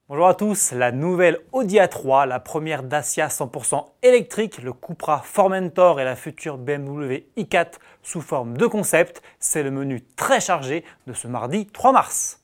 Bonjour à tous, la nouvelle Audi A3, la première Dacia 100% électrique, le Cupra Formentor et la future BMW i4 sous forme de concept, c'est le menu très chargé de ce mardi 3 mars.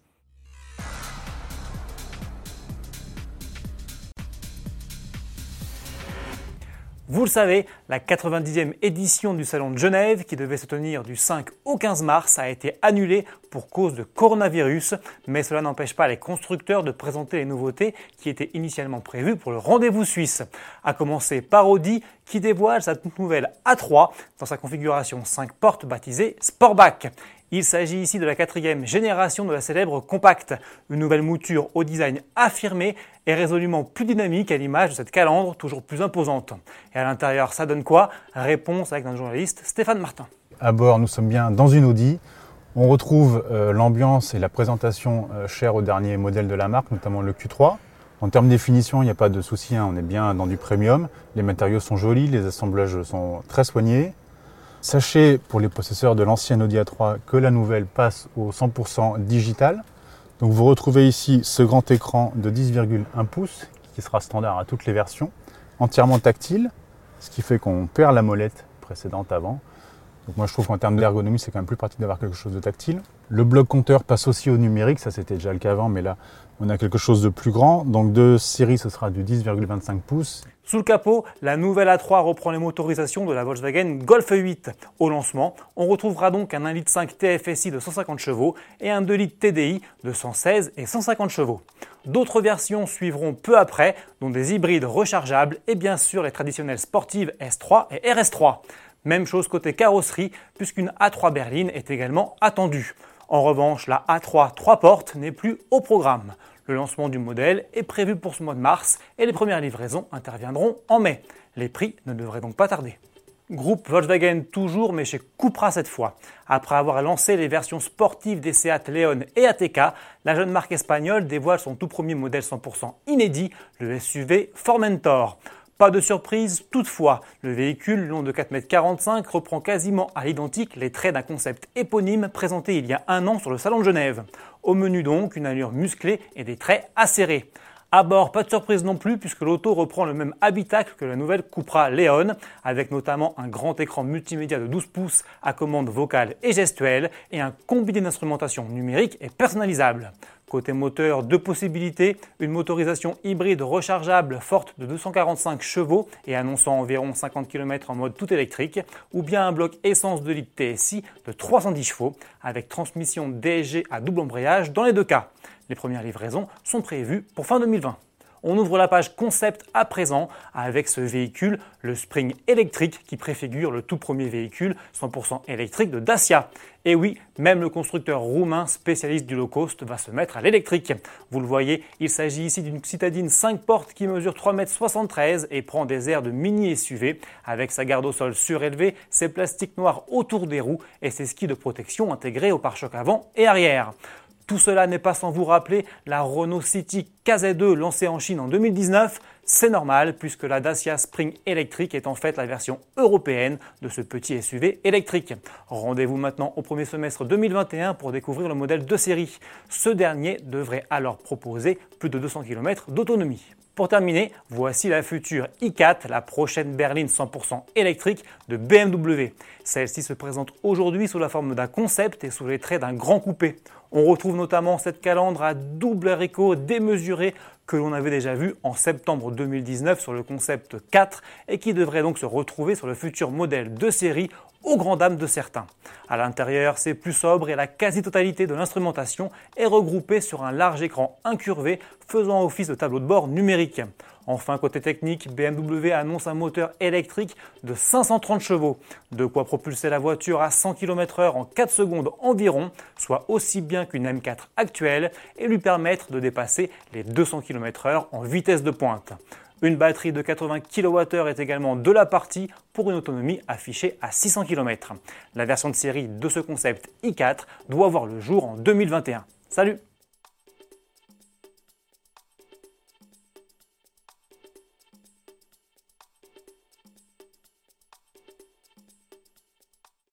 Vous le savez, la 90e édition du Salon de Genève, qui devait se tenir du 5 au 15 mars, a été annulée pour cause de coronavirus, mais cela n'empêche pas les constructeurs de présenter les nouveautés qui étaient initialement prévues pour le rendez-vous suisse. À commencer par Audi, qui dévoile sa toute nouvelle A3 dans sa configuration 5 portes baptisée Sportback. Il s'agit ici de la 4e génération de la célèbre compacte, une nouvelle mouture au design affirmé et résolument plus dynamique à l'image de cette calandre toujours plus imposante. Et à l'intérieur, ça donne quoi? Réponse avec notre journaliste Stéphane Martin. À bord, nous sommes bien dans une Audi. On retrouve l'ambiance et la présentation chère au dernier modèle de la marque, notamment le Q3. En termes de définition, il n'y a pas de souci, on est bien dans du premium. Les matériaux sont jolis, les assemblages sont très soignés. Sachez, pour les possesseurs de l'ancienne Audi A3, que la nouvelle passe au 100% digital. Donc vous retrouvez ici ce grand écran de 10,1 pouces qui sera standard à toutes les versions, entièrement tactile, ce qui fait qu'on perd la molette précédente avant. Donc moi je trouve qu'en termes d'ergonomie, c'est quand même plus pratique d'avoir quelque chose de tactile. Le bloc compteur passe aussi au numérique, ça c'était déjà le cas avant, mais là on a quelque chose de plus grand. Donc de série, ce sera du 10,25 pouces. Sous le capot, la nouvelle A3 reprend les motorisations de la Volkswagen Golf 8. Au lancement, on retrouvera donc un 1,5 litre TFSI de 150 chevaux et un 2 litres TDI de 116 et 150 chevaux. D'autres versions suivront peu après, dont des hybrides rechargeables et bien sûr les traditionnelles sportives S3 et RS3. Même chose côté carrosserie, puisqu'une A3 berline est également attendue. En revanche, la A3 3 portes n'est plus au programme. Le lancement du modèle est prévu pour ce mois de mars et les premières livraisons interviendront en mai. Les prix ne devraient donc pas tarder. Groupe Volkswagen toujours, mais chez Cupra cette fois. Après avoir lancé les versions sportives des Seat Leon et ATK, la jeune marque espagnole dévoile son tout premier modèle 100% inédit, le SUV Formentor. Pas de surprise, toutefois, le véhicule long de 4,45 m reprend quasiment à l'identique les traits d'un concept éponyme présenté il y a un an sur le Salon de Genève. Au menu donc, une allure musclée et des traits acérés. À bord, pas de surprise non plus puisque l'auto reprend le même habitacle que la nouvelle Cupra Leon, avec notamment un grand écran multimédia de 12 pouces à commande vocale et gestuelle et un combiné d'instrumentation numérique et personnalisable. Côté moteur, deux possibilités, une motorisation hybride rechargeable forte de 245 chevaux et annonçant environ 50 km en mode tout électrique, ou bien un bloc essence 2 litres TSI de 310 chevaux avec transmission DSG à double embrayage dans les deux cas. Les premières livraisons sont prévues pour fin 2020. On ouvre la page concept à présent avec ce véhicule, le Spring électrique qui préfigure le tout premier véhicule 100% électrique de Dacia. Et oui, même le constructeur roumain spécialiste du low cost va se mettre à l'électrique. Vous le voyez, il s'agit ici d'une citadine 5 portes qui mesure 3,73 m et prend des airs de mini SUV avec sa garde au sol surélevée, ses plastiques noirs autour des roues et ses skis de protection intégrés au pare-chocs avant et arrière. Tout cela n'est pas sans vous rappeler la Renault City KZ2 lancée en Chine en 2019. C'est normal puisque la Dacia Spring électrique est en fait la version européenne de ce petit SUV électrique. Rendez-vous maintenant au premier semestre 2021 pour découvrir le modèle de série. Ce dernier devrait alors proposer plus de 200 km d'autonomie. Pour terminer, voici la future i4, la prochaine berline 100% électrique de BMW. Celle-ci se présente aujourd'hui sous la forme d'un concept et sous les traits d'un grand coupé. On retrouve notamment cette calandre à double haricot démesuré que l'on avait déjà vu en septembre 2019 sur le concept 4 et qui devrait donc se retrouver sur le futur modèle de série aux grandes dames de certains. À l'intérieur, c'est plus sobre et la quasi-totalité de l'instrumentation est regroupée sur un large écran incurvé faisant office de tableau de bord numérique. Enfin, côté technique, BMW annonce un moteur électrique de 530 chevaux, de quoi propulser la voiture à 100 km/h en 4 secondes environ, soit aussi bien qu'une M4 actuelle, et lui permettre de dépasser les 200 km/h en vitesse de pointe. Une batterie de 80 kWh est également de la partie pour une autonomie affichée à 600 km. La version de série de ce concept i4 doit voir le jour en 2021. Salut!